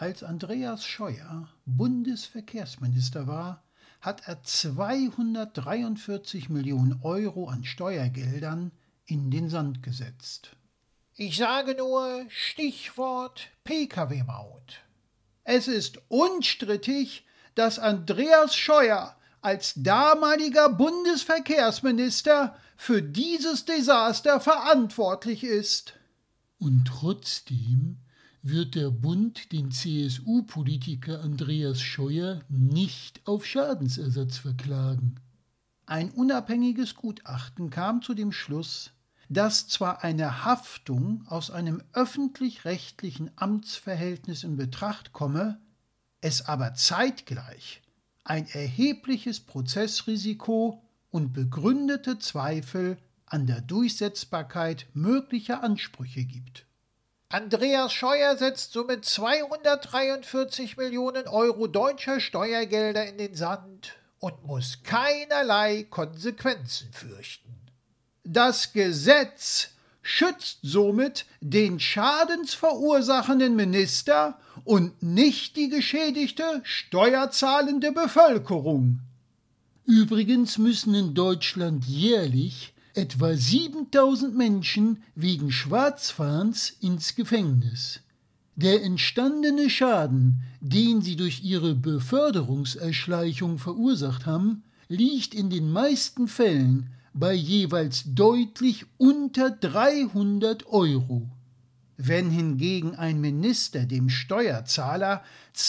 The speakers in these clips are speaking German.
Als Andreas Scheuer Bundesverkehrsminister war, hat er 243 Millionen Euro an Steuergeldern in den Sand gesetzt. Ich sage nur Stichwort Pkw-Maut. Es ist unstrittig, dass Andreas Scheuer als damaliger Bundesverkehrsminister für dieses Desaster verantwortlich ist. Und trotzdem wird der Bund den CSU-Politiker Andreas Scheuer nicht auf Schadensersatz verklagen. Ein unabhängiges Gutachten kam zu dem Schluss, dass zwar eine Haftung aus einem öffentlich-rechtlichen Amtsverhältnis in Betracht komme, es aber zeitgleich ein erhebliches Prozessrisiko und begründete Zweifel an der Durchsetzbarkeit möglicher Ansprüche gibt. Andreas Scheuer setzt somit 243 Millionen Euro deutscher Steuergelder in den Sand und muss keinerlei Konsequenzen fürchten. Das Gesetz schützt somit den schadensverursachenden Minister und nicht die geschädigte, steuerzahlende Bevölkerung. Übrigens müssen in Deutschland jährlich etwa 7.000 Menschen wegen Schwarzfahrens ins Gefängnis. Der entstandene Schaden, den sie durch ihre Beförderungserschleichung verursacht haben, liegt in den meisten Fällen bei jeweils deutlich unter 300 Euro. Wenn hingegen ein Minister dem Steuerzahler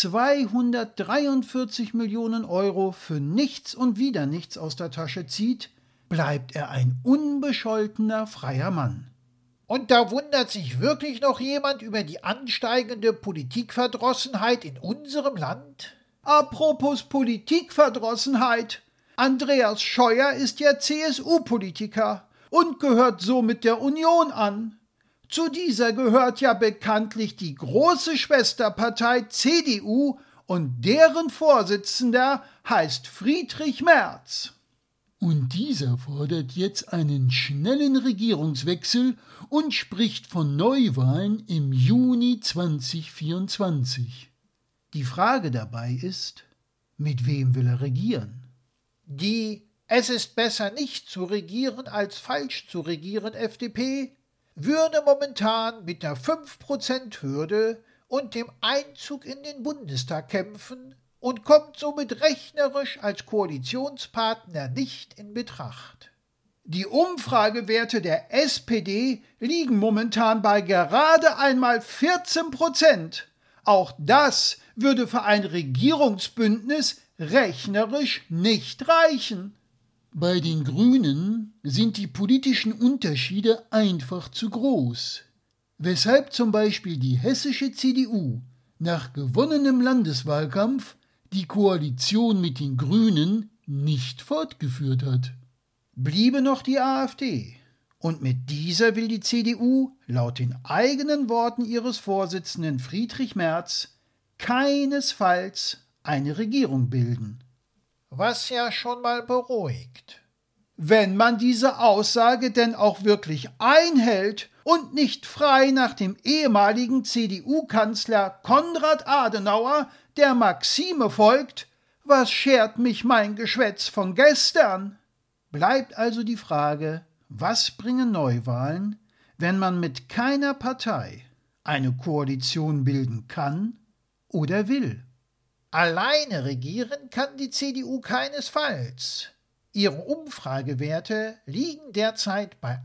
243 Millionen Euro für nichts und wieder nichts aus der Tasche zieht, bleibt er ein unbescholtener freier Mann. Und da wundert sich wirklich noch jemand über die ansteigende Politikverdrossenheit in unserem Land? Apropos Politikverdrossenheit. Andreas Scheuer ist ja CSU-Politiker und gehört somit der Union an. Zu dieser gehört ja bekanntlich die große Schwesterpartei CDU und deren Vorsitzender heißt Friedrich Merz. Und dieser fordert jetzt einen schnellen Regierungswechsel und spricht von Neuwahlen im Juni 2024. Die Frage dabei ist, mit wem will er regieren? Die Es ist besser nicht zu regieren als falsch zu regieren FDP würde momentan mit der 5%-Hürde und dem Einzug in den Bundestag kämpfen und kommt somit rechnerisch als Koalitionspartner nicht in Betracht. Die Umfragewerte der SPD liegen momentan bei gerade einmal 14%. Auch das würde für ein Regierungsbündnis rechnerisch nicht reichen. Bei den Grünen sind die politischen Unterschiede einfach zu groß, weshalb zum Beispiel die hessische CDU nach gewonnenem Landeswahlkampf die Koalition mit den Grünen nicht fortgeführt hat. Bliebe noch die AfD. Und mit dieser will die CDU, laut den eigenen Worten ihres Vorsitzenden Friedrich Merz, keinesfalls eine Regierung bilden. Was ja schon mal beruhigt. Wenn man diese Aussage denn auch wirklich einhält und nicht frei nach dem ehemaligen CDU-Kanzler Konrad Adenauer der Maxime folgt, was schert mich mein Geschwätz von gestern? Bleibt also die Frage, was bringen Neuwahlen, wenn man mit keiner Partei eine Koalition bilden kann oder will? Alleine regieren kann die CDU keinesfalls. Ihre Umfragewerte liegen derzeit bei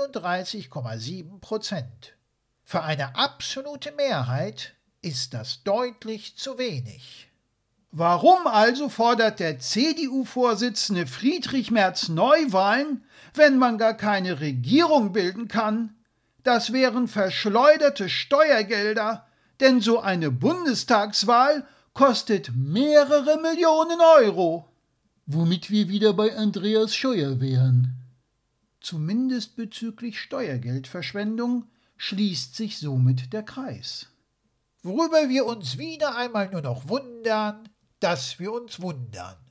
31,7%. Für eine absolute Mehrheit ist das deutlich zu wenig. Warum also fordert der CDU-Vorsitzende Friedrich Merz Neuwahlen, wenn man gar keine Regierung bilden kann? Das wären verschleuderte Steuergelder, denn so eine Bundestagswahl kostet mehrere Millionen Euro. Womit wir wieder bei Andreas Scheuer wären. Zumindest bezüglich Steuergeldverschwendung schließt sich somit der Kreis. Worüber wir uns wieder einmal nur noch wundern, dass wir uns wundern.